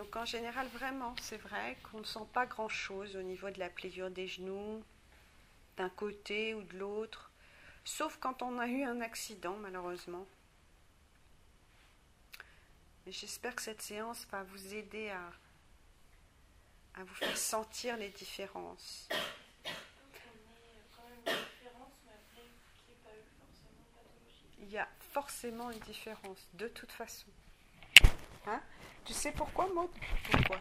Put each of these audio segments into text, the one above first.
Donc en général, vraiment, c'est vrai qu'on ne sent pas grand-chose au niveau de la pliure des genoux, d'un côté ou de l'autre, sauf quand on a eu un accident, malheureusement. Mais j'espère que cette séance va vous aider à vous faire sentir les différences. Il y a forcément une différence, de toute façon. Hein? Tu sais pourquoi, Maud? Pourquoi?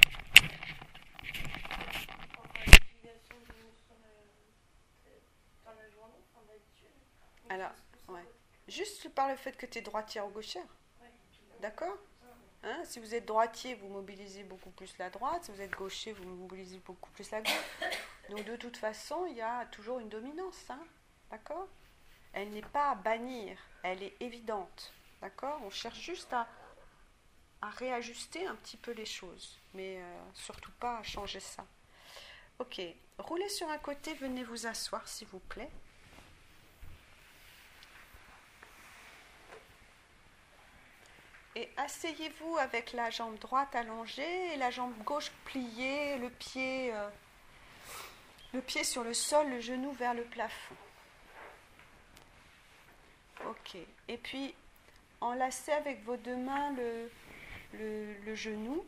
Alors, ouais. Juste par le fait que tu es droitière ou gauchère. D'accord? Hein? Si vous êtes droitier, vous mobilisez beaucoup plus la droite. Si vous êtes gaucher, vous mobilisez beaucoup plus la gauche. Donc de toute façon, il y a toujours une dominance. Hein? D'accord? Elle n'est pas à bannir, elle est évidente. D'accord? On cherche juste à réajuster un petit peu les choses, mais surtout pas à changer ça. Ok, roulez sur un côté, venez vous asseoir s'il vous plaît. Et asseyez-vous avec la jambe droite allongée et la jambe gauche pliée, le pied sur le sol, le genou vers le plafond. Ok, et puis enlacez avec vos deux mains le genou.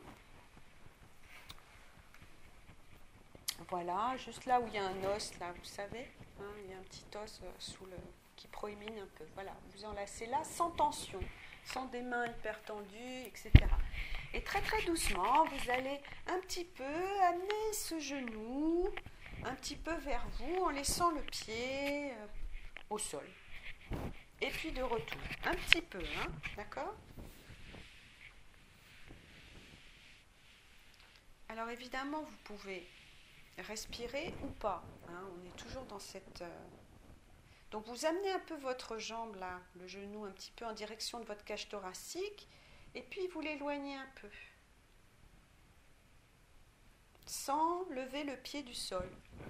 Voilà, juste là où il y a un os, là, vous savez, hein, il y a un petit os qui proémine un peu. Voilà, vous enlacez là sans tension, sans des mains hyper tendues, etc. Et très très doucement, vous allez un petit peu amener ce genou un petit peu vers vous en laissant le pied au sol. Et puis de retour, un petit peu, hein, d'accord ? Alors évidemment, vous pouvez respirer ou pas, hein, on est toujours dans cette... Donc vous amenez un peu votre jambe là, le genou un petit peu en direction de votre cage thoracique, et puis vous l'éloignez un peu, sans lever le pied du sol.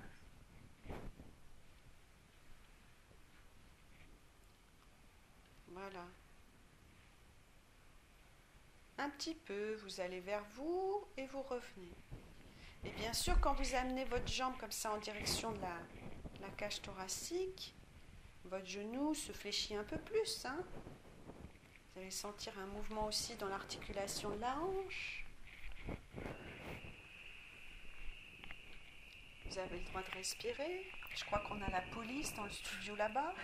Voilà. Un petit peu, vous allez vers vous et vous revenez. Et bien sûr, quand vous amenez votre jambe comme ça en direction de la cage thoracique, votre genou se fléchit un peu plus. Hein. Vous allez sentir un mouvement aussi dans l'articulation de la hanche. Vous avez le droit de respirer. Je crois qu'on a la police dans le studio là-bas.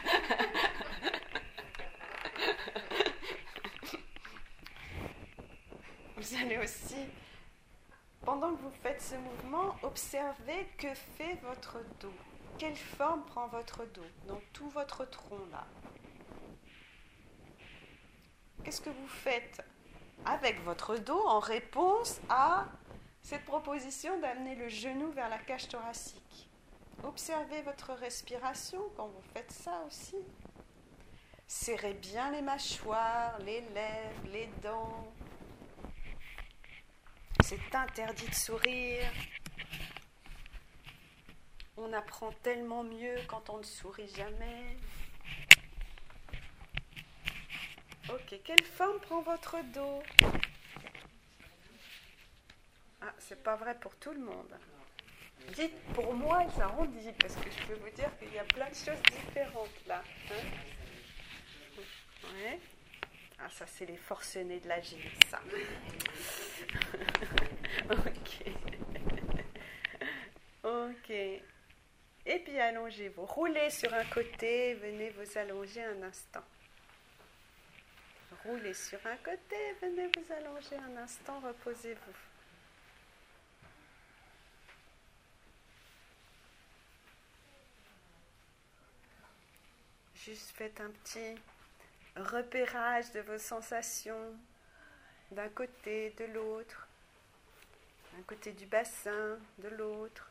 Vous allez aussi, pendant que vous faites ce mouvement, observer que fait votre dos. Quelle forme prend votre dos dans tout votre tronc là? Qu'est-ce que vous faites avec votre dos en réponse à cette proposition d'amener le genou vers la cage thoracique? Observez votre respiration quand vous faites ça aussi. Serrez bien les mâchoires, les lèvres, les dents. C'est interdit de sourire. On apprend tellement mieux quand on ne sourit jamais. Ok, quelle forme prend votre dos? Ah, c'est pas vrai pour tout le monde. Dites pour moi, il s'arrondit, parce que je peux vous dire qu'il y a plein de choses différentes là. Hein? Ouais. Ah, ça, c'est les forcenés de la gym, ça. Ok. Ok. Et puis allongez-vous. Roulez sur un côté, venez vous allonger un instant. Roulez sur un côté, venez vous allonger un instant, reposez-vous. Juste faites un petit repérage de vos sensations d'un côté, de l'autre, d'un côté du bassin, de l'autre.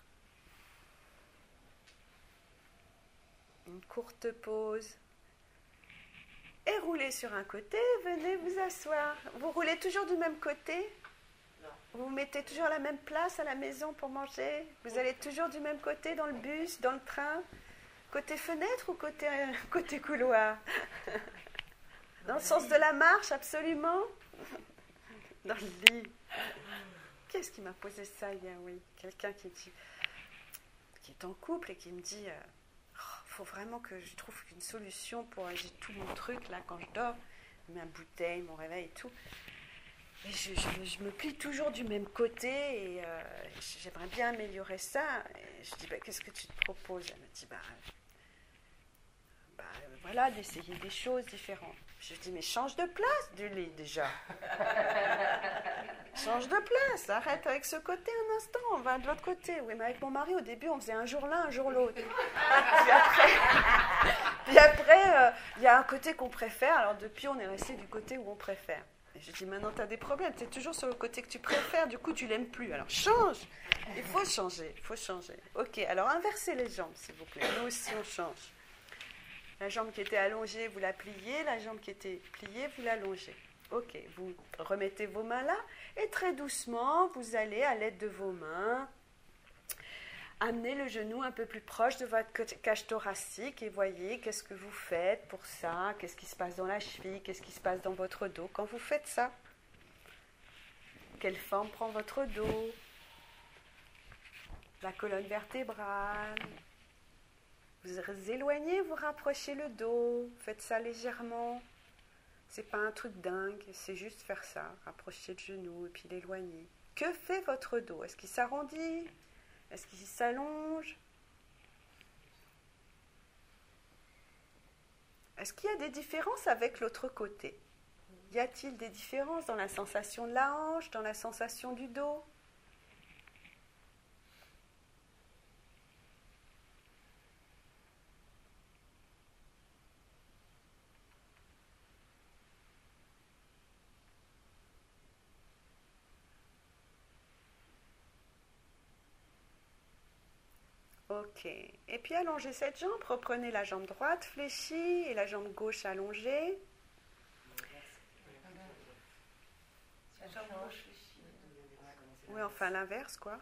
Une courte pause. Et roulez sur un côté, venez vous asseoir. Vous roulez toujours du même côté? Non. Vous mettez toujours à la même place à la maison pour manger? Vous allez toujours du même côté dans le bus, dans le train? Côté fenêtre ou côté couloir? Dans le sens de la marche, absolument? dans le lit. Qu'est-ce qui m'a posé ça hier? Oui, quelqu'un qui est en couple et qui me dit faut vraiment que je trouve une solution pour... J'ai tout mon truc là quand je dors, ma bouteille, mon réveil et tout. Et je me plie toujours du même côté et j'aimerais bien améliorer ça. Et je dis, qu'est-ce que tu te proposes? Elle me dit, voilà, d'essayer des choses différentes. Je dis, mais change de place du lit déjà. Change de place, arrête avec ce côté un instant, on va de l'autre côté. Oui, mais avec mon mari, au début, on faisait un jour l'un, un jour l'autre. Puis après, il y a un côté qu'on préfère, alors depuis, on est resté du côté où on préfère. Et je dis, maintenant, tu as des problèmes, tu es toujours sur le côté que tu préfères, du coup, tu l'aimes plus. Alors, change. Il faut changer, il faut changer. Ok, alors inversez les jambes, s'il vous plaît. Nous aussi, on change. La jambe qui était allongée, vous la pliez. La jambe qui était pliée, vous l'allongez. Ok, vous remettez vos mains là. Et très doucement, vous allez, à l'aide de vos mains, amener le genou un peu plus proche de votre cage thoracique. Et voyez, qu'est-ce que vous faites pour ça? Qu'est-ce qui se passe dans la cheville? Qu'est-ce qui se passe dans votre dos quand vous faites ça? Quelle forme prend votre dos? La colonne vertébrale. Vous éloignez, vous rapprochez le dos, faites ça légèrement. C'est pas un truc dingue, c'est juste faire ça, rapprocher le genou et puis l'éloigner. Que fait votre dos? Est-ce qu'il s'arrondit? Est-ce qu'il s'allonge? Est-ce qu'il y a des différences avec l'autre côté? Y a-t-il des différences dans la sensation de la hanche, dans la sensation du dos? Ok. Et puis allongez cette jambe, reprenez la jambe droite fléchie et la jambe gauche allongée. Oui, enfin l'inverse, quoi.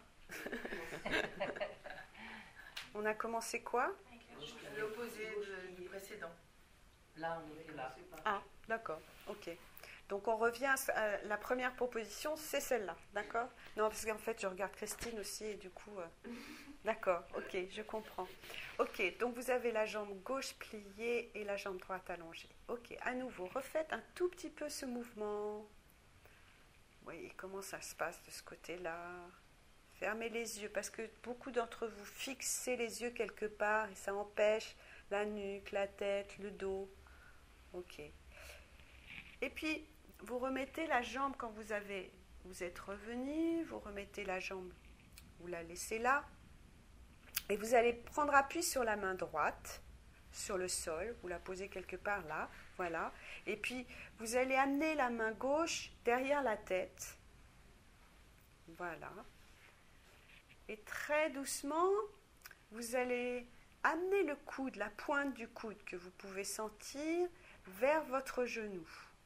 On a commencé quoi? L'opposé du précédent. Là, on est là. Ah, d'accord, ok. Donc on revient à la première proposition, c'est celle-là, d'accord? Non, parce qu'en fait, je regarde Christine aussi et du coup... D'accord, ok, je comprends. Ok, donc vous avez la jambe gauche pliée et la jambe droite allongée. Ok, à nouveau, refaites un tout petit peu ce mouvement. Vous voyez comment ça se passe de ce côté-là. Fermez les yeux parce que beaucoup d'entre vous fixez les yeux quelque part et ça empêche la nuque, la tête, le dos. Ok. Et puis, vous remettez la jambe quand vous êtes revenu, vous remettez la jambe, vous la laissez là. Et vous allez prendre appui sur la main droite, sur le sol, vous la posez quelque part là, voilà. Et puis, vous allez amener la main gauche derrière la tête. Voilà. Et très doucement, vous allez amener le coude, la pointe du coude que vous pouvez sentir vers votre genou.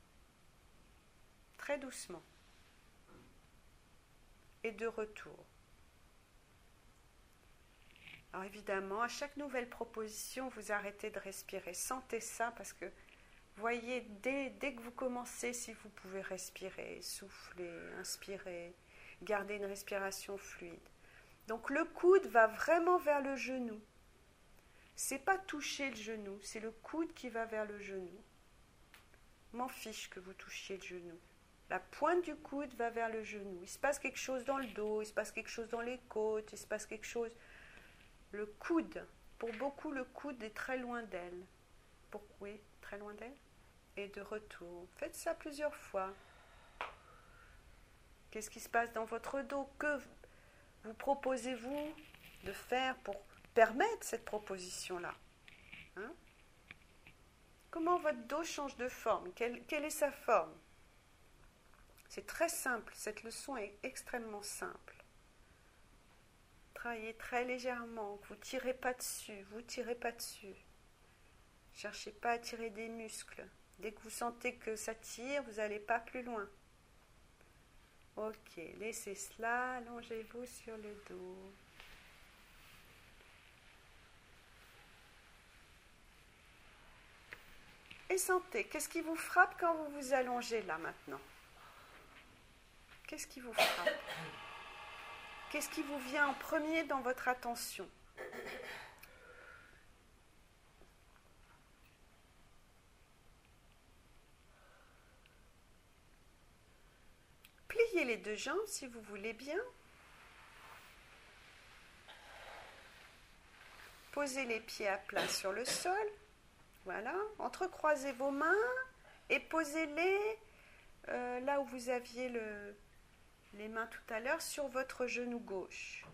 Très doucement. Et de retour. Alors évidemment, à chaque nouvelle proposition, vous arrêtez de respirer. Sentez ça parce que, voyez, dès que vous commencez, si vous pouvez respirer, souffler, inspirer, garder une respiration fluide. Donc le coude va vraiment vers le genou. C'est pas toucher le genou, c'est le coude qui va vers le genou. M'en fiche que vous touchiez le genou. La pointe du coude va vers le genou. Il se passe quelque chose dans le dos, il se passe quelque chose dans les côtes, il se passe quelque chose... Le coude, pour beaucoup, le coude est très loin d'elle. Oui, très loin d'elle. Et de retour. Faites ça plusieurs fois. Qu'est-ce qui se passe dans votre dos? Que vous proposez-vous de faire pour permettre cette proposition-là? Hein? Comment votre dos change de forme? Quelle est sa forme? C'est très simple. Cette leçon est extrêmement simple. Travaillez très légèrement, vous ne tirez pas dessus, Cherchez pas à tirer des muscles. Dès que vous sentez que ça tire, vous n'allez pas plus loin. Ok, laissez cela, allongez-vous sur le dos. Et sentez, qu'est-ce qui vous frappe quand vous vous allongez là maintenant? Qu'est-ce qui vous frappe? Qu'est-ce qui vous vient en premier dans votre attention? Pliez les deux jambes si vous voulez bien. Posez les pieds à plat sur le sol. Voilà. Entrecroisez vos mains et posez-les là où vous aviez les mains tout à l'heure, sur votre genou gauche.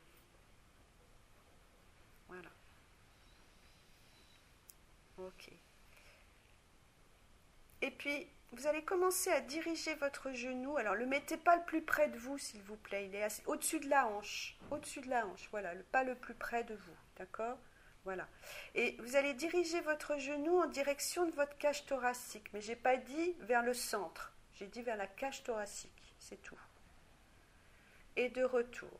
Voilà. Ok. Et puis, vous allez commencer à diriger votre genou. Alors, ne le mettez pas le plus près de vous, s'il vous plaît. Il est au-dessus de la hanche. Au-dessus de la hanche, voilà. Pas le plus près de vous, d'accord? Voilà. Et vous allez diriger votre genou en direction de votre cage thoracique. Mais je n'ai pas dit vers le centre. J'ai dit vers la cage thoracique. C'est tout. Et de retour.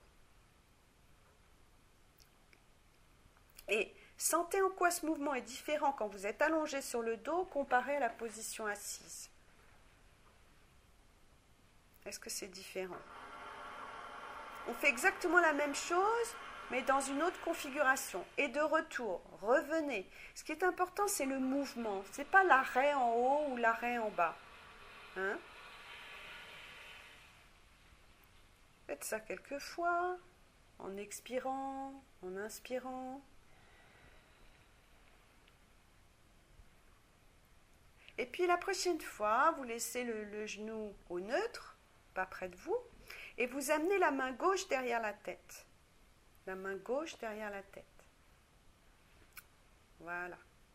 Et sentez en quoi ce mouvement est différent quand vous êtes allongé sur le dos comparé à la position assise. Est-ce que c'est différent? On fait exactement la même chose, mais dans une autre configuration. Et de retour, revenez. Ce qui est important, c'est le mouvement. Ce n'est pas l'arrêt en haut ou l'arrêt en bas. Hein? Faites ça quelques fois, en expirant, en inspirant. Et puis la prochaine fois, vous laissez le genou au neutre, pas près de vous, et vous amenez la main gauche derrière la tête. La main gauche derrière la tête. Voilà.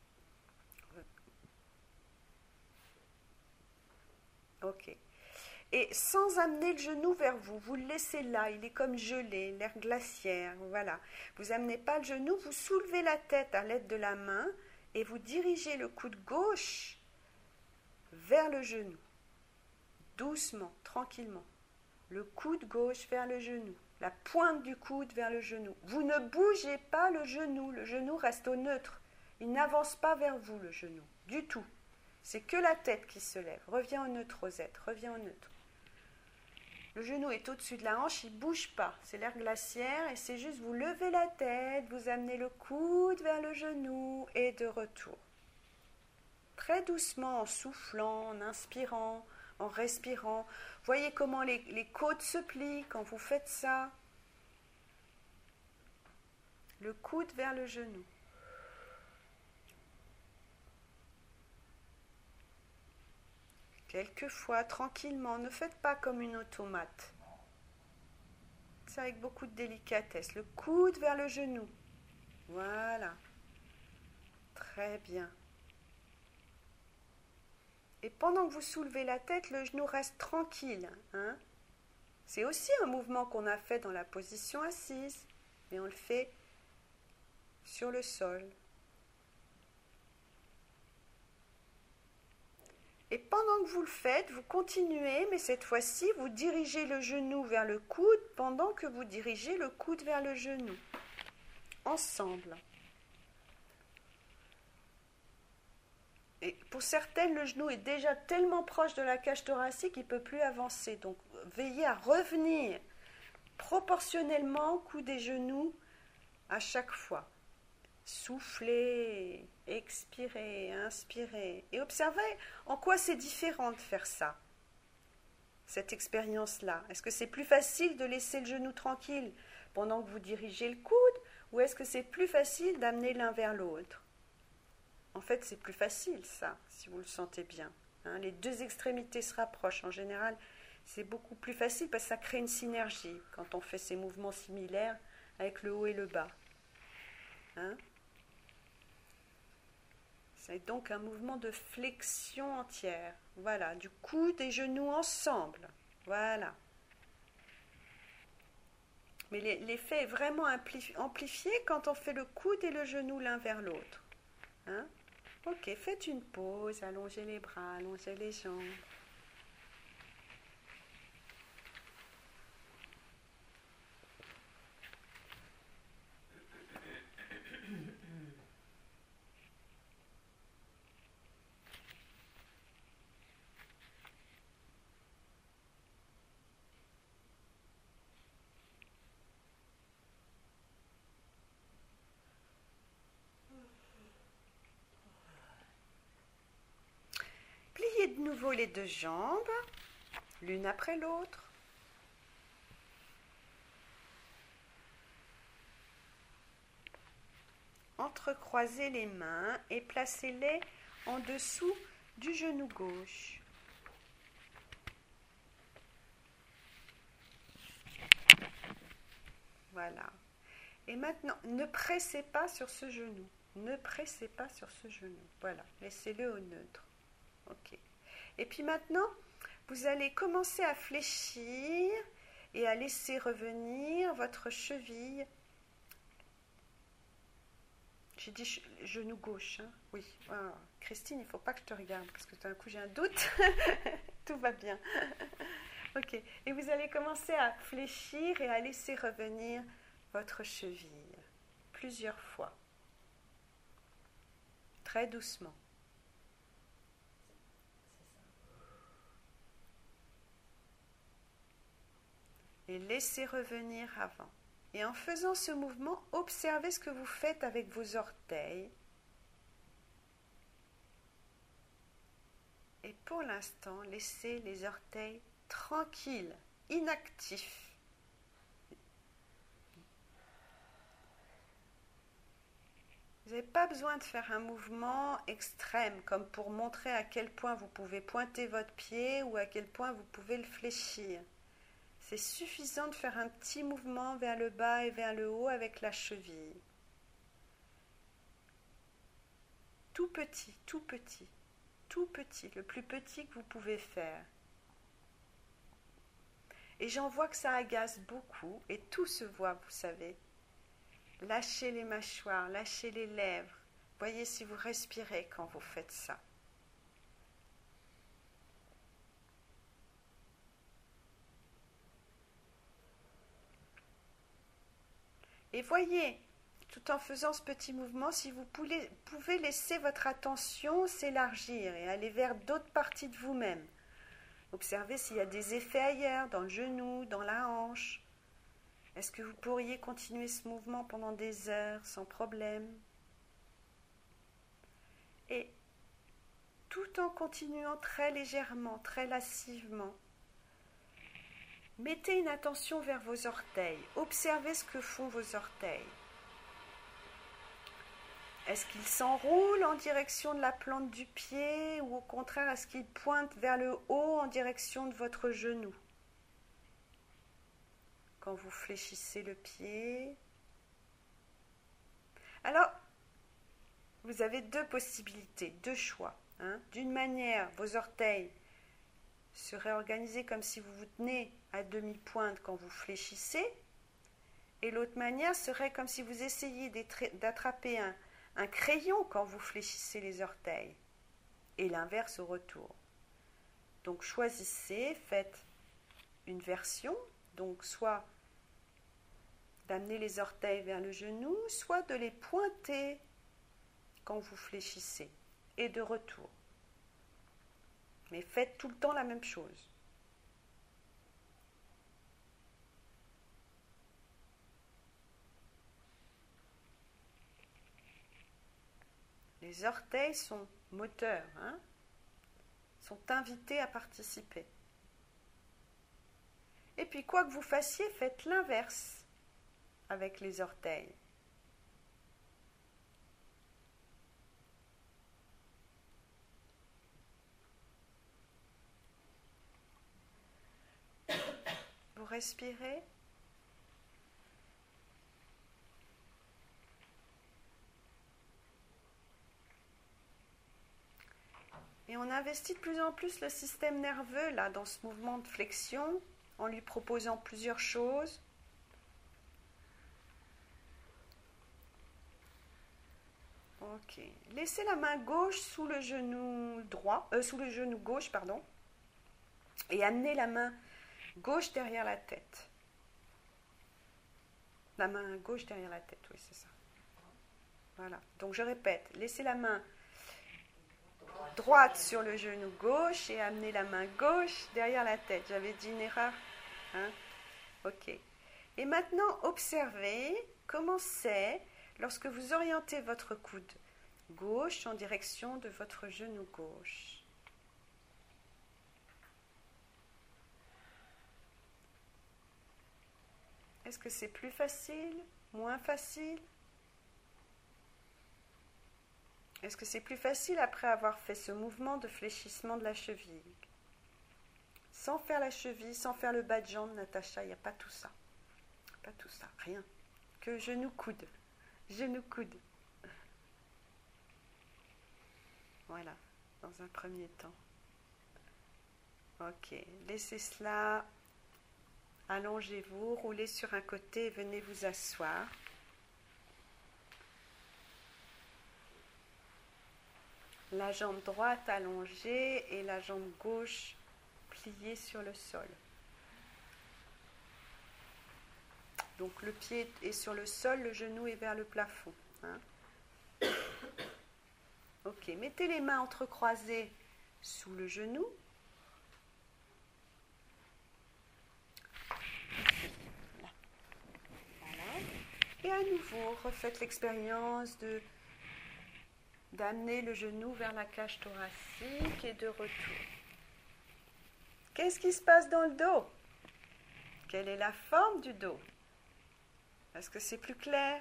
Ok. Et sans amener le genou vers vous, vous le laissez là, il est comme gelé, l'air glaciaire, voilà. Vous n'amenez pas le genou, vous soulevez la tête à l'aide de la main et vous dirigez le coude gauche vers le genou. Doucement, tranquillement. Le coude gauche vers le genou. La pointe du coude vers le genou. Vous ne bougez pas le genou reste au neutre. Il n'avance pas vers vous, le genou, du tout. C'est que la tête qui se lève. Reviens au neutre, Rosette, reviens au neutre. Le genou est au-dessus de la hanche, il ne bouge pas. C'est l'air glaciaire et c'est juste vous levez la tête, vous amenez le coude vers le genou et de retour. Très doucement, en soufflant, en inspirant, en respirant. Voyez comment les côtes se plient quand vous faites ça. Le coude vers le genou. Quelquefois, tranquillement, ne faites pas comme une automate. C'est avec beaucoup de délicatesse. Le coude vers le genou. Voilà. Très bien. Et pendant que vous soulevez la tête, le genou reste tranquille. Hein? C'est aussi un mouvement qu'on a fait dans la position assise, mais on le fait sur le sol. Et pendant que vous le faites, vous continuez, mais cette fois-ci, vous dirigez le genou vers le coude pendant que vous dirigez le coude vers le genou. Ensemble. Et pour certaines, le genou est déjà tellement proche de la cage thoracique qu'il ne peut plus avancer. Donc, veillez à revenir proportionnellement coude et genou à chaque fois. Soufflez, expirez, inspirez. Et observez en quoi c'est différent de faire ça, cette expérience-là. Est-ce que c'est plus facile de laisser le genou tranquille pendant que vous dirigez le coude, ou est-ce que c'est plus facile d'amener l'un vers l'autre? En fait, c'est plus facile, ça, si vous le sentez bien. Hein, les deux extrémités se rapprochent. En général, c'est beaucoup plus facile parce que ça crée une synergie quand on fait ces mouvements similaires avec le haut et le bas. Hein? C'est donc un mouvement de flexion entière. Voilà, du coude et genoux ensemble. Voilà. Mais l'effet est vraiment amplifié quand on fait le coude et le genou l'un vers l'autre. Hein? Ok, faites une pause, allongez les bras, allongez les jambes. de nouveau les deux jambes, l'une après l'autre. Entrecroisez les mains et placez-les en dessous du genou gauche. Voilà. Et maintenant, ne pressez pas sur ce genou. Ne pressez pas sur ce genou. Voilà, laissez-le au neutre. Ok. Et puis maintenant, vous allez commencer à fléchir et à laisser revenir votre cheville. J'ai dit genou gauche, hein? Oui. Ah, Christine, il ne faut pas que je te regarde parce que tout d'un coup j'ai un doute. Tout va bien. Ok. Et vous allez commencer à fléchir et à laisser revenir votre cheville plusieurs fois. Très doucement. Et laissez revenir avant. Et en faisant ce mouvement, observez ce que vous faites avec vos orteils. Et pour l'instant, laissez les orteils tranquilles, inactifs. Vous n'avez pas besoin de faire un mouvement extrême, comme pour montrer à quel point vous pouvez pointer votre pied ou à quel point vous pouvez le fléchir. C'est suffisant de faire un petit mouvement vers le bas et vers le haut avec la cheville. Tout petit, tout petit, tout petit, le plus petit que vous pouvez faire. Et j'en vois que ça agace beaucoup, et tout se voit, vous savez. Lâchez les mâchoires, lâchez les lèvres. Voyez si vous respirez quand vous faites ça. Et voyez, tout en faisant ce petit mouvement, si vous pouvez laisser votre attention s'élargir et aller vers d'autres parties de vous-même. Observez s'il y a des effets ailleurs, dans le genou, dans la hanche. Est-ce que vous pourriez continuer ce mouvement pendant des heures sans problème? Et tout en continuant très légèrement, très lascivement, mettez une attention vers vos orteils. Observez ce que font vos orteils. Est-ce qu'ils s'enroulent en direction de la plante du pied ou au contraire, est-ce qu'ils pointent vers le haut en direction de votre genou? Quand vous fléchissez le pied. Alors, vous avez deux possibilités, deux choix. D'une manière, vos orteils seraient organisés comme si vous vous tenez à demi-pointe quand vous fléchissez, et l'autre manière serait comme si vous essayiez d'attraper un crayon quand vous fléchissez les orteils, et l'inverse au retour. Donc choisissez, faites une version, donc soit d'amener les orteils vers le genou, soit de les pointer quand vous fléchissez, et de retour. Mais faites tout le temps la même chose. Les orteils sont moteurs, sont invités à participer. Et puis quoi que vous fassiez, faites l'inverse avec les orteils. Vous respirez. Et on investit de plus en plus le système nerveux là, dans ce mouvement de flexion, en lui proposant plusieurs choses. Ok. Laissez la main gauche sous le genou droit, sous le genou gauche, pardon, et amenez la main gauche derrière la tête. La main gauche derrière la tête, oui, c'est ça. Voilà. Donc je répète, laissez la main droite sur le genou gauche et amenez la main gauche derrière la tête. J'avais dit une erreur. Ok. Et maintenant, observez comment c'est lorsque vous orientez votre coude gauche en direction de votre genou gauche. Est-ce que c'est plus facile? Moins facile? Est-ce que c'est plus facile après avoir fait ce mouvement de fléchissement de la cheville? Sans faire la cheville, sans faire le bas de jambe, Natacha, il n'y a pas tout ça. Pas tout ça, rien. Que genou-coude. Genou-coude. Voilà, dans un premier temps. Ok, laissez cela. Allongez-vous, roulez sur un côté et venez vous asseoir. La jambe droite allongée et la jambe gauche pliée sur le sol. Donc le pied est sur le sol, le genou est vers le plafond. Hein. Ok, mettez les mains entrecroisées sous le genou. Voilà. Et à nouveau, refaites l'expérience d'amener le genou vers la cage thoracique et de retour. Qu'est-ce qui se passe dans le dos? Quelle est la forme du dos? Est-ce que c'est plus clair?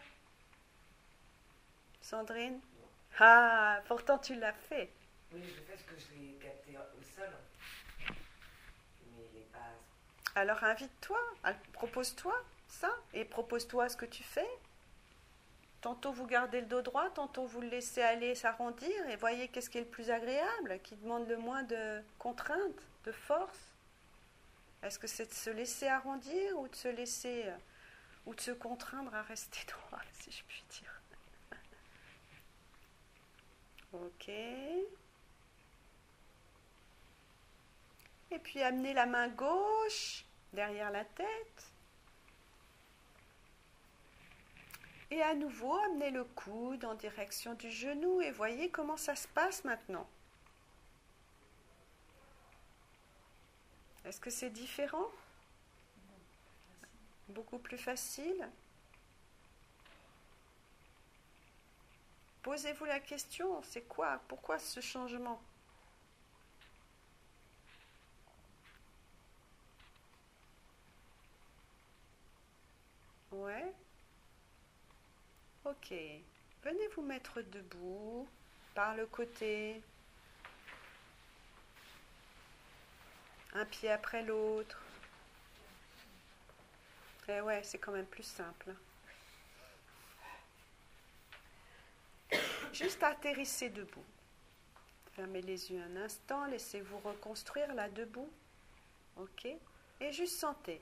Sandrine? Ah, pourtant tu l'as fait. Oui, je fais ce que je l'ai capté au sol. Mais il n'est pas... Alors invite-toi, propose-toi ça et propose-toi ce que tu fais. Tantôt vous gardez le dos droit, tantôt vous le laissez aller s'arrondir et voyez qu'est-ce qui est le plus agréable, qui demande le moins de contraintes, de force. Est-ce que c'est de se laisser arrondir ou de se laisser ou de se contraindre à rester droit, si je puis dire. Ok. Et puis amenez la main gauche derrière la tête. Et à nouveau, amenez le coude en direction du genou et voyez comment ça se passe maintenant. Est-ce que c'est différent? Beaucoup plus facile? Posez-vous la question, c'est quoi? Pourquoi ce changement? Ouais. Ok. Venez vous mettre debout, par le côté. Un pied après l'autre. Eh ouais, c'est quand même plus simple. Juste atterrissez debout. Fermez les yeux un instant, laissez-vous reconstruire là debout. Ok. Et juste sentez.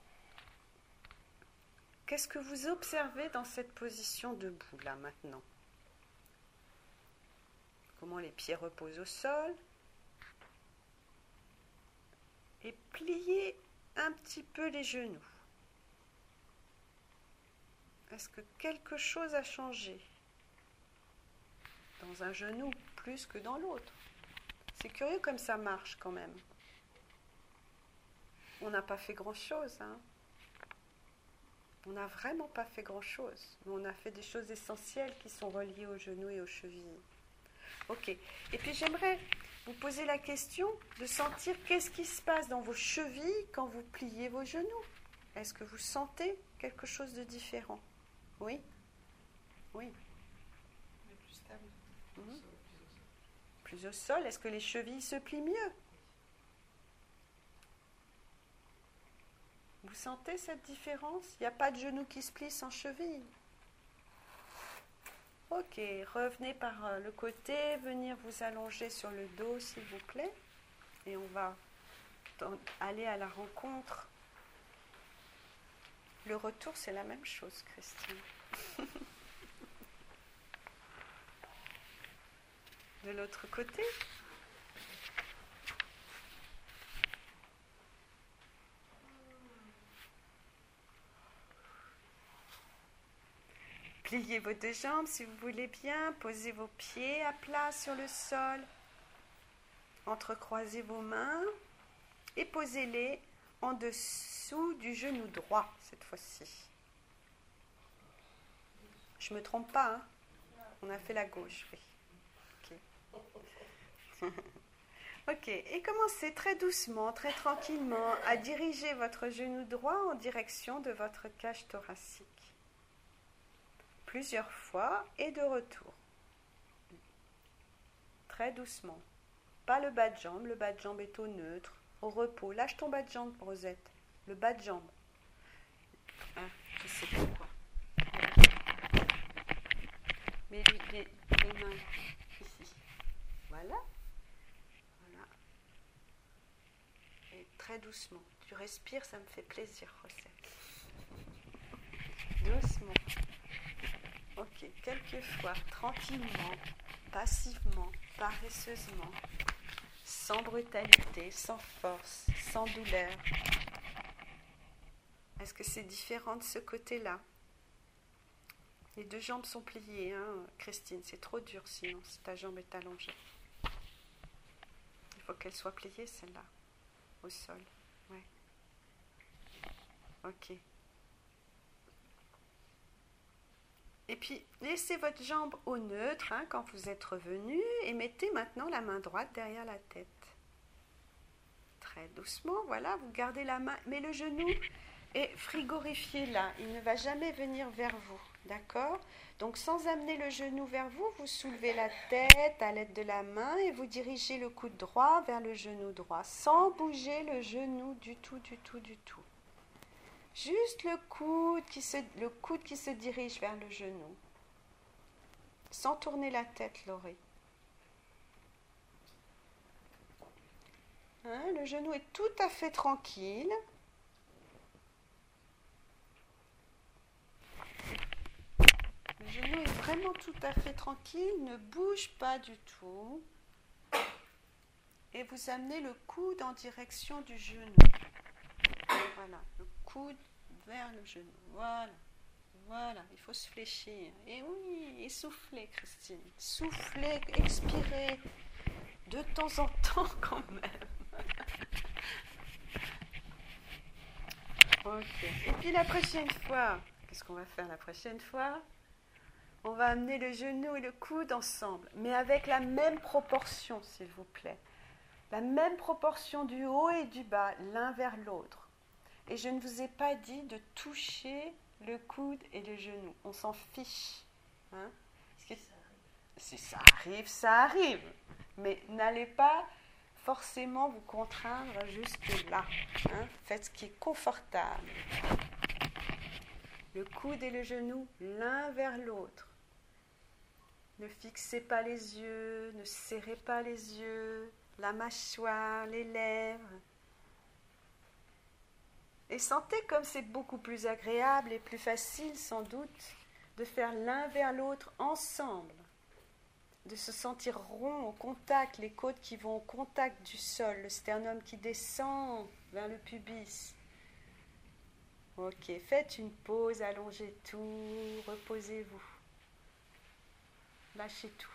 Qu'est-ce que vous observez dans cette position debout là maintenant? Comment les pieds reposent au sol? Et pliez un petit peu les genoux. Est-ce que quelque chose a changé dans un genou plus que dans l'autre? C'est curieux comme ça marche quand même. On n'a pas fait grand-chose, hein. On n'a vraiment pas fait grand-chose, mais on a fait des choses essentielles qui sont reliées aux genoux et aux chevilles. Ok. Et puis j'aimerais vous poser la question de sentir qu'est-ce qui se passe dans vos chevilles quand vous pliez vos genoux. Est-ce que vous sentez quelque chose de différent? Oui? Oui. Mais plus stable. Plus au sol. Est-ce que les chevilles se plient mieux? Vous sentez cette différence? Il n'y a pas de genou qui se plie sans cheville. Ok, revenez par le côté, venir vous allonger sur le dos s'il vous plaît. Et on va aller à la rencontre. Le retour, c'est la même chose, Christine. De l'autre côté. Pliez vos deux jambes si vous voulez bien. Posez vos pieds à plat sur le sol. Entrecroisez vos mains et posez-les en dessous du genou droit cette fois-ci. Je ne me trompe pas, hein? On a fait la gauche, oui. Okay. Ok, et commencez très doucement, très tranquillement à diriger votre genou droit en direction de votre cage thoracique. Plusieurs fois et de retour. Très doucement. Pas le bas de jambe est au neutre, au repos. Lâche ton bas de jambe, Rosette. Le bas de jambe. Ah, je sais pas quoi. Mets les mains ici. Voilà. Voilà. Et très doucement. Tu respires, ça me fait plaisir, Rosette. Doucement. Ok, quelques fois, tranquillement, passivement, paresseusement, sans brutalité, sans force, sans douleur. Est-ce que c'est différent de ce côté-là? Les deux jambes sont pliées, hein, Christine, c'est trop dur sinon, si ta jambe est allongée. Il faut qu'elle soit pliée, celle-là, au sol. Ouais. Ok. Et puis, laissez votre jambe au neutre hein, quand vous êtes revenu et mettez maintenant la main droite derrière la tête. Très doucement, voilà, vous gardez la main, mais le genou est frigorifié là, il ne va jamais venir vers vous, d'accord? Donc sans amener le genou vers vous, vous soulevez la tête à l'aide de la main et vous dirigez le coude droit vers le genou droit, sans bouger le genou du tout, du tout, du tout. Juste le coude qui se dirige vers le genou. Sans tourner la tête, Laurie. Hein, le genou est tout à fait tranquille. Le genou est vraiment tout à fait tranquille, ne bouge pas du tout. Et vous amenez le coude en direction du genou. Voilà, le coude vers le genou. Voilà, voilà, il faut se fléchir. Et oui, et soufflez, Christine. Soufflez, expirez de temps en temps quand même. Ok. Et puis la prochaine fois, qu'est-ce qu'on va faire la prochaine fois? On va amener le genou et le coude ensemble, mais avec la même proportion, s'il vous plaît. La même proportion du haut et du bas, l'un vers l'autre. Et je ne vous ai pas dit de toucher le coude et le genou. On s'en fiche. Hein? Si ça arrive, ça arrive. Mais n'allez pas forcément vous contraindre jusque là. Hein? Faites ce qui est confortable. Le coude et le genou, l'un vers l'autre. Ne fixez pas les yeux, ne serrez pas les yeux, la mâchoire, les lèvres. Et sentez comme c'est beaucoup plus agréable et plus facile sans doute de faire l'un vers l'autre ensemble, de se sentir rond au contact, les côtes qui vont au contact du sol, le sternum qui descend vers le pubis. Ok, faites une pause, allongez tout, reposez-vous. Lâchez tout.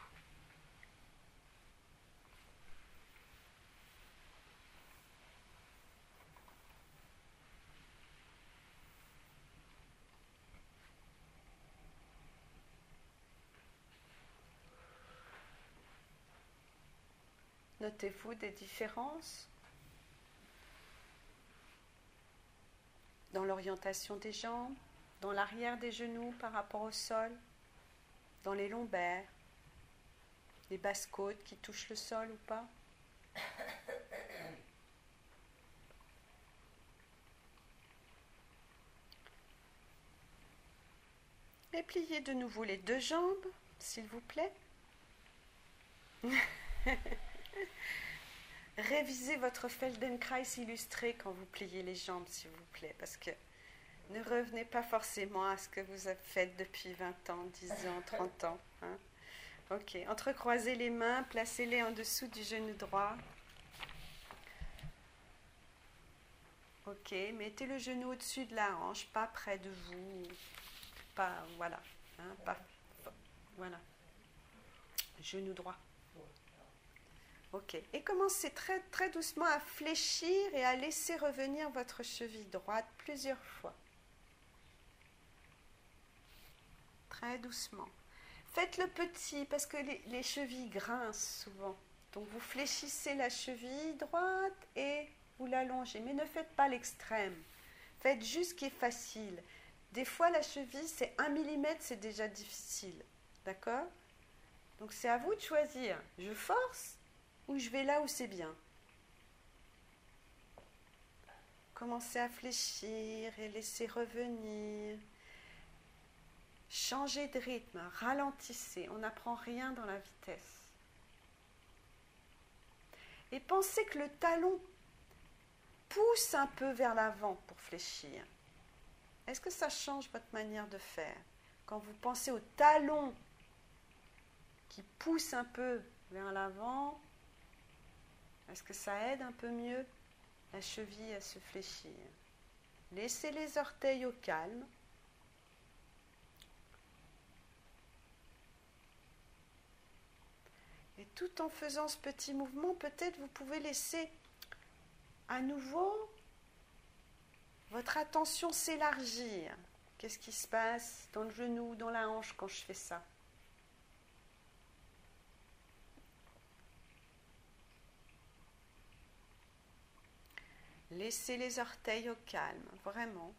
Notez-vous des différences dans l'orientation des jambes, dans l'arrière des genoux par rapport au sol, dans les lombaires, les basses côtes qui touchent le sol ou pas. Et pliez de nouveau les deux jambes, s'il vous plaît. Révisez votre Feldenkrais illustré quand vous pliez les jambes, s'il vous plaît, parce que ne revenez pas forcément à ce que vous avez fait depuis 20 ans, 10 ans, 30 ans. Hein. Ok, entrecroisez les mains, placez-les en dessous du genou droit. Ok, mettez le genou au-dessus de la hanche, pas près de vous, pas, voilà, hein, pas, voilà, genou droit. Ok, et commencez très, très doucement à fléchir et à laisser revenir votre cheville droite plusieurs fois. Très doucement. Faites-le petit parce que les chevilles grincent souvent. Donc vous fléchissez la cheville droite et vous l'allongez, mais ne faites pas l'extrême. Faites juste ce qui est facile. Des fois la cheville c'est 1 millimètre, c'est déjà difficile. D'accord? Donc c'est à vous de choisir. Je force ou je vais là où c'est bien. Commencez à fléchir et laissez revenir. Changez de rythme, ralentissez. On n'apprend rien dans la vitesse. Et pensez que le talon pousse un peu vers l'avant pour fléchir. Est-ce que ça change votre manière de faire? Quand vous pensez au talon qui pousse un peu vers l'avant, est-ce que ça aide un peu mieux la cheville à se fléchir? Laissez les orteils au calme. Et tout en faisant ce petit mouvement, peut-être vous pouvez laisser à nouveau votre attention s'élargir. Qu'est-ce qui se passe dans le genou, dans la hanche quand je fais ça? Laissez les orteils au calme, vraiment.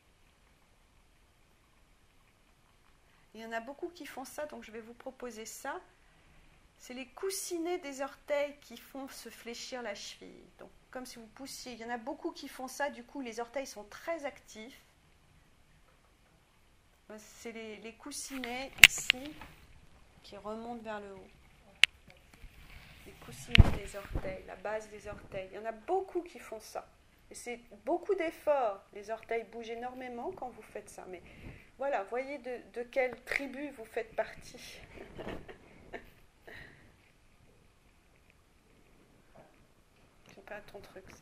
Il y en a beaucoup qui font ça, donc je vais vous proposer ça. C'est les coussinets des orteils qui font se fléchir la cheville. Donc, comme si vous poussiez. Il y en a beaucoup qui font ça, du coup, les orteils sont très actifs. C'est les coussinets ici qui remontent vers le haut. Les coussinets des orteils, la base des orteils. Il y en a beaucoup qui font ça. Et c'est beaucoup d'efforts. Les orteils bougent énormément quand vous faites ça. Mais voilà, voyez de quelle tribu vous faites partie. C'est pas ton truc, ça.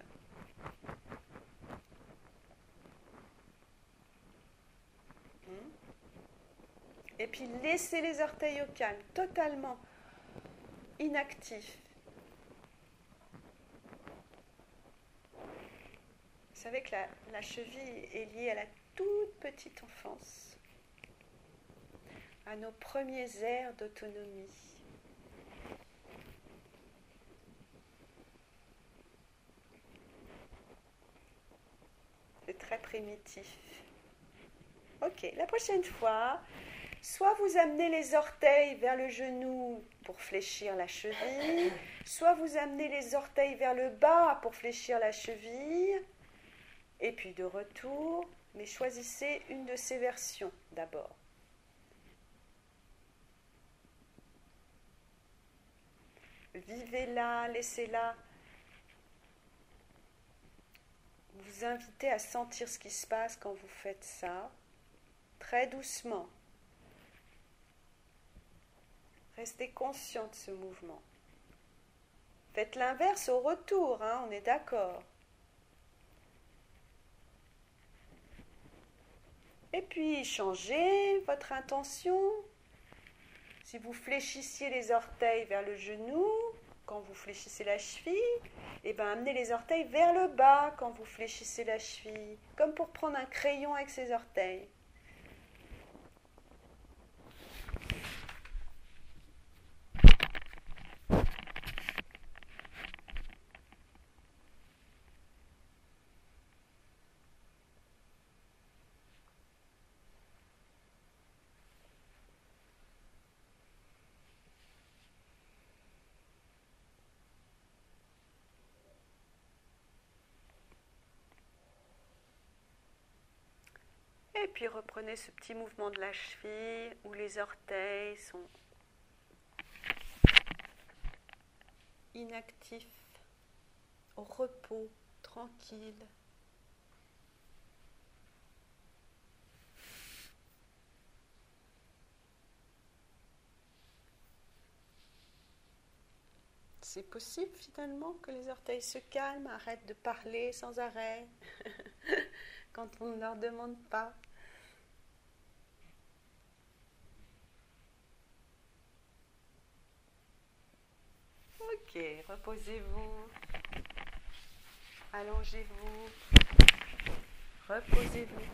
Et puis laissez les orteils au calme, totalement inactifs. Vous savez que la cheville est liée à la toute petite enfance, à nos premiers airs d'autonomie. C'est très primitif. Ok, la prochaine fois, soit vous amenez les orteils vers le genou pour fléchir la cheville, soit vous amenez les orteils vers le bas pour fléchir la cheville, et puis de retour, mais choisissez une de ces versions d'abord. Vivez-la, laissez-la vous inviter à sentir ce qui se passe quand vous faites ça, très doucement. Restez conscient de ce mouvement. Faites l'inverse au retour, on est d'accord. Et puis, changez votre intention. Si vous fléchissiez les orteils vers le genou, quand vous fléchissez la cheville, amenez les orteils vers le bas quand vous fléchissez la cheville, comme pour prendre un crayon avec ses orteils. Et puis reprenez ce petit mouvement de la cheville où les orteils sont inactifs, au repos, tranquilles. C'est possible finalement que les orteils se calment, arrêtent de parler sans arrêt quand on ne leur demande pas. Ok, reposez-vous, allongez-vous, reposez-vous.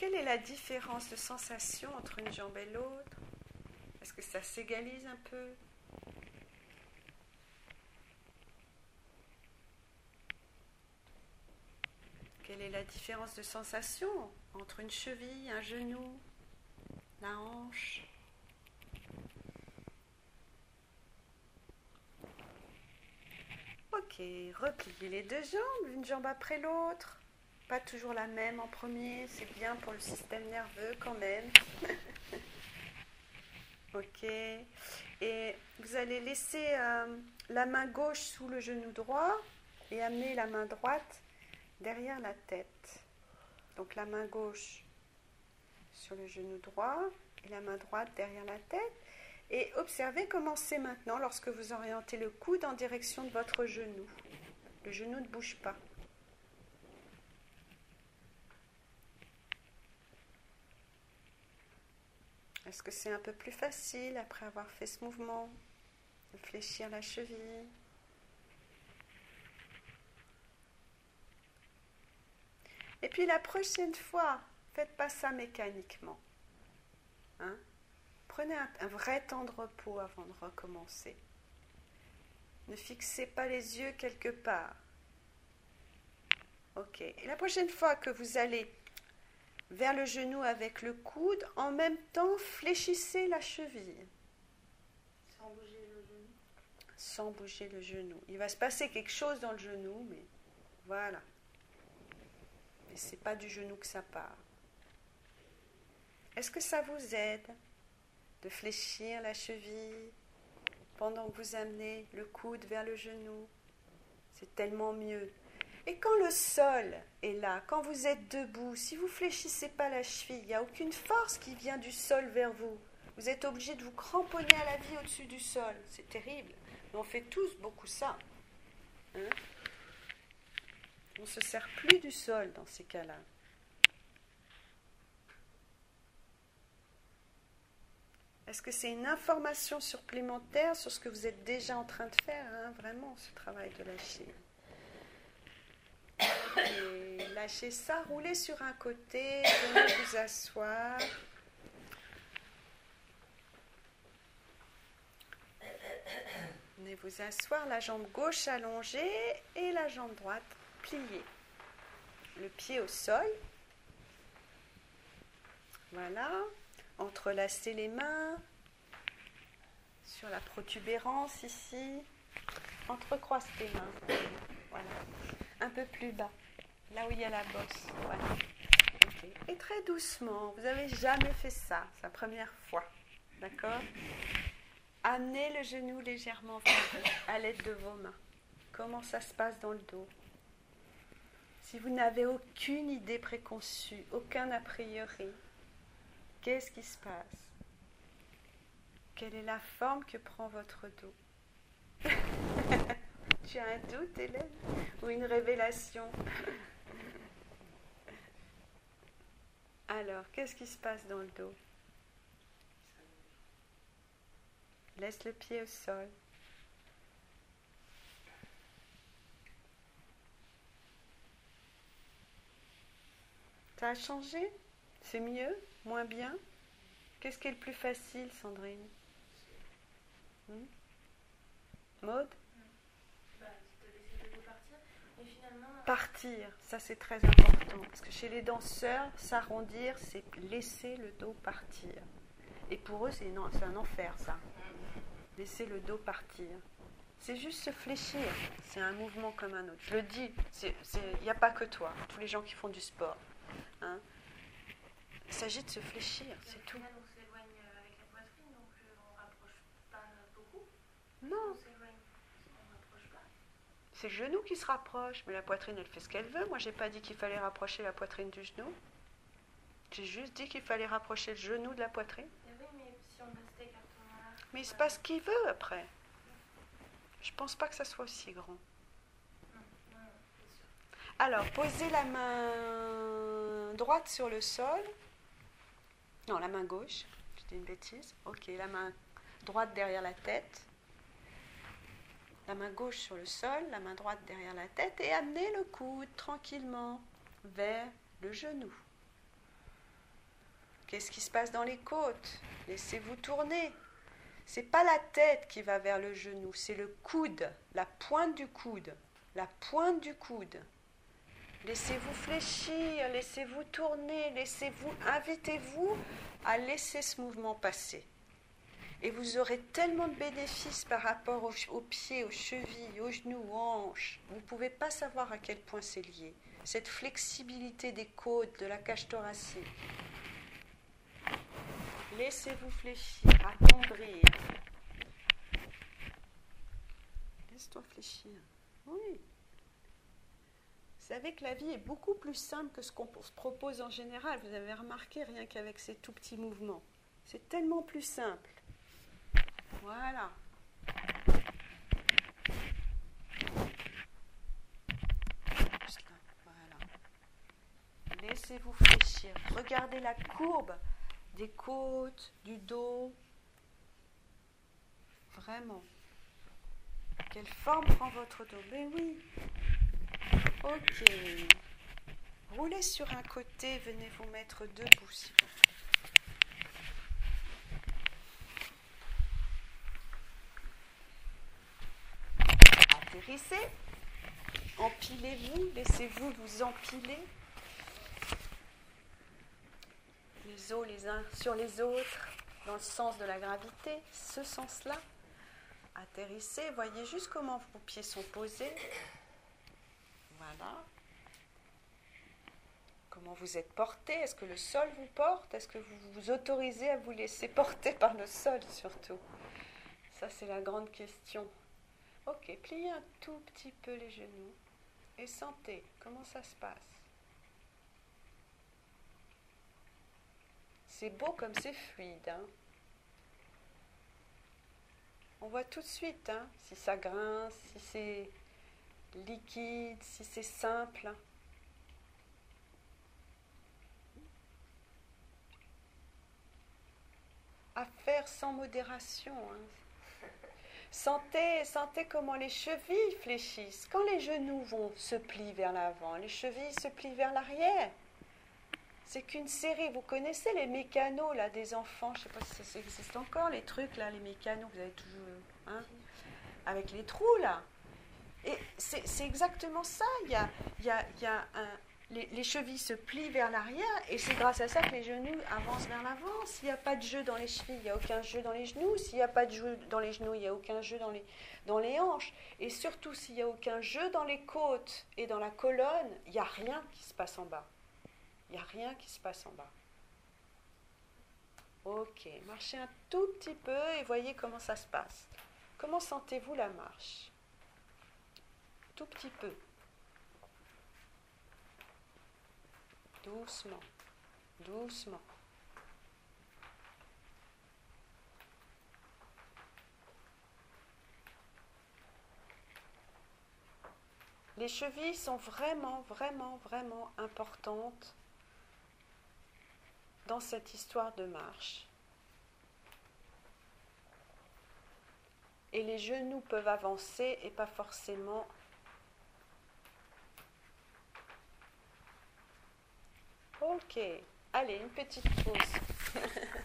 quelle est la différence de sensation entre une jambe et l'autre? Est-ce que ça s'égalise un peu? Quelle est la différence de sensation entre une cheville, un genou, la hanche? Ok, repliez les deux jambes, une jambe après l'autre. Pas toujours la même en premier, c'est bien pour le système nerveux quand même. Ok, et vous allez laisser la main gauche sous le genou droit et amener la main droite derrière la tête. Donc la main gauche sur le genou droit et la main droite derrière la tête. Et observez comment c'est maintenant lorsque vous orientez le coude en direction de votre genou. Le genou ne bouge pas. Est-ce que c'est un peu plus facile après avoir fait ce mouvement de fléchir la cheville? Et puis la prochaine fois, faites pas ça mécaniquement. Hein? Prenez un vrai temps de repos avant de recommencer. Ne fixez pas les yeux quelque part. Ok. Et la prochaine fois que vous allez vers le genou avec le coude, en même temps, fléchissez la cheville. Sans bouger le genou. Sans bouger le genou. Il va se passer quelque chose dans le genou, mais voilà. Mais c'est pas du genou que ça part. Est-ce que ça vous aide de fléchir la cheville pendant que vous amenez le coude vers le genou? C'est tellement mieux. Et quand le sol est là, quand vous êtes debout, si vous ne fléchissez pas la cheville, il n'y a aucune force qui vient du sol vers vous. Vous êtes obligé de vous cramponner à la vie au-dessus du sol. C'est terrible. Mais on fait tous beaucoup ça. Hein? On ne se sert plus du sol dans ces cas-là. Est-ce que c'est une information supplémentaire sur ce que vous êtes déjà en train de faire, hein, vraiment, ce travail de lâcher? Et lâchez ça, roulez sur un côté, venez vous asseoir. Venez vous asseoir, la jambe gauche allongée et la jambe droite pliée. Le pied au sol. Voilà. Entrelacez les mains sur la protubérance ici. Entrecroise tes mains. Voilà. Un peu plus bas, là où il y a la bosse. Voilà. Okay. Et très doucement, vous n'avez jamais fait ça, c'est la première fois. D'accord? Amenez le genou légèrement vers vous, à l'aide de vos mains. Comment ça se passe dans le dos? Si vous n'avez aucune idée préconçue, aucun a priori, qu'est-ce qui se passe? Quelle est la forme que prend votre dos? Tu as un doute, Hélène? Ou une révélation? Alors, qu'est-ce qui se passe dans le dos? Laisse le pied au sol. Ça a changé? C'est mieux? Moins bien? Qu'est-ce qui est le plus facile, Sandrine? Maud? Partir, ça c'est très important. Parce que chez les danseurs, s'arrondir, c'est laisser le dos partir. Et pour eux, c'est un enfer, ça. Laisser le dos partir. C'est juste se fléchir. C'est un mouvement comme un autre. Je le dis, il n'y a pas que toi, tous les gens qui font du sport. Hein. Il s'agit de se fléchir, c'est tout. On s'éloigne avec la poitrine, donc on ne rapproche pas beaucoup. Non. C'est le genou qui se rapproche, mais la poitrine, elle fait ce qu'elle veut. Moi, j'ai pas dit qu'il fallait rapprocher la poitrine du genou. J'ai juste dit qu'il fallait rapprocher le genou de la poitrine. Oui, mais si on reste écartement là... Mais il se passe ce qu'il veut après. Je pense pas que ça soit aussi grand. Alors, posez la main droite sur le sol. Non, la main gauche. Je dis une bêtise. Ok, la main droite derrière la tête. La main gauche sur le sol, la main droite derrière la tête et amenez le coude tranquillement vers le genou. Qu'est-ce qui se passe dans les côtes? Laissez-vous tourner. C'est pas la tête qui va vers le genou, c'est le coude, la pointe du coude. La pointe du coude. Laissez-vous fléchir, laissez-vous tourner, invitez-vous à laisser ce mouvement passer. Et vous aurez tellement de bénéfices par rapport aux pieds, aux chevilles, aux genoux, aux hanches. Vous ne pouvez pas savoir à quel point c'est lié. Cette flexibilité des côtes, de la cage thoracique. Laissez-vous fléchir, attendrir. Laisse-toi fléchir. Oui. Vous savez que la vie est beaucoup plus simple que ce qu'on se propose en général. Vous avez remarqué rien qu'avec ces tout petits mouvements. C'est tellement plus simple. Voilà. Juste là. Voilà. Laissez-vous fléchir. Regardez la courbe des côtes, du dos. Vraiment. Quelle forme prend votre dos? Ben oui. Ok. Roulez sur un côté, venez vous mettre debout s'il vous plaît. Atterrissez. Empilez-vous, laissez-vous vous empiler. Les os les uns sur les autres, dans le sens de la gravité, ce sens-là. Atterrissez, voyez juste comment vos pieds sont posés. Voilà. Comment vous êtes porté? Est-ce que le sol vous porte? Est-ce que vous vous autorisez à vous laisser porter par le sol surtout? Ça, c'est la grande question. Ok, pliez un tout petit peu les genoux et sentez comment ça se passe. C'est beau comme c'est fluide. Hein? On voit tout de suite hein, si ça grince, si c'est liquide, si c'est simple. À faire sans modération. Hein. Sentez comment les chevilles fléchissent. Quand les genoux se plient vers l'avant, les chevilles se plient vers l'arrière. C'est qu'une série. Vous connaissez les mécanos là, des enfants, je ne sais pas si ça existe encore, les trucs là, les mécanos, vous avez toujours... Hein, avec les trous là. Et c'est exactement ça. Les chevilles se plient vers l'arrière et c'est grâce à ça que les genoux avancent vers l'avant. S'il n'y a pas de jeu dans les chevilles, il n'y a aucun jeu dans les genoux. S'il n'y a pas de jeu dans les genoux, il n'y a aucun jeu dans les hanches. Et surtout, s'il n'y a aucun jeu dans les côtes et dans la colonne, il n'y a rien qui se passe en bas. Il n'y a rien qui se passe en bas. Ok, marchez un tout petit peu et voyez comment ça se passe. Comment sentez-vous la marche? Tout petit peu. Doucement, doucement. Les chevilles sont vraiment, vraiment, vraiment importantes dans cette histoire de marche. Et les genoux peuvent avancer et pas forcément... Ok, allez, une petite pause.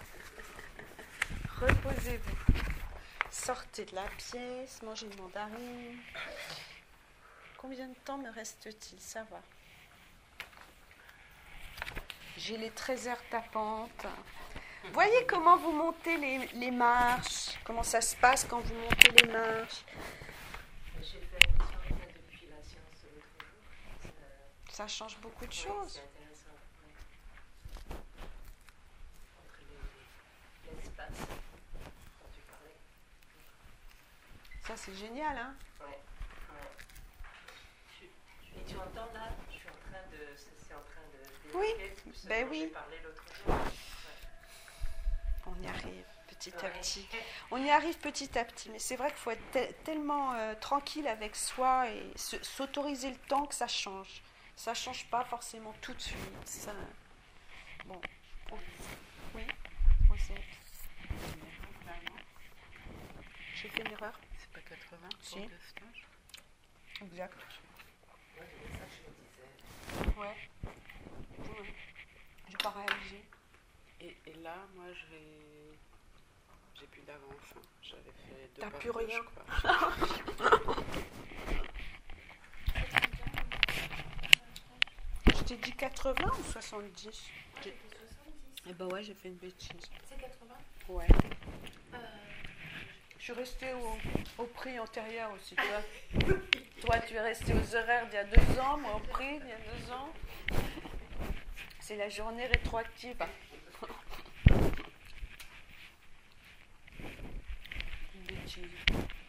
Reposez-vous. Sortez de la pièce, mangez une mandarine. Combien de temps me reste-t-il? Ça va. J'ai les 13 heures tapantes. Voyez comment vous montez les marches. Comment ça se passe quand vous montez les marches. J'ai fait une séance depuis la séance de l'autre jour. Ça change beaucoup de choses. C'est intéressant. Ouais. Entre l'espace dont tu parlais. Ça, c'est génial, hein? Ouais. Et tu entends là, je suis en train de... C'est en train de... Oui, ce ben dont oui. j'ai parlé l'autre jour. Ouais. On y arrive petit à petit. On y arrive petit à petit. Mais c'est vrai qu'il faut être tellement tranquille avec soi et s'autoriser le temps que ça change. Ça ne change pas forcément tout de suite. Ça... Bon. Oui, j'ai fait une erreur. C'est pas 80 Si. pour le stage? Exact. Ouais, mais ça, je me disais. Ouais. J'ai pas réalisé. Et là, moi, j'ai plus d'avance. Hein. J'avais fait 2 T'as paires plus de rien. quoi. Je t'ai dit 80 ou 70? Moi, j'ai fait 70. Eh ben ouais, j'ai fait une bêtise. C'est 80. Ouais. Euh, Je suis restée au prix antérieur aussi, tu vois. Toi, tu es resté aux horaires d'il y a 2 ans, moi au prix d'il y a 2 ans. C'est la journée rétroactive. Une bêtise.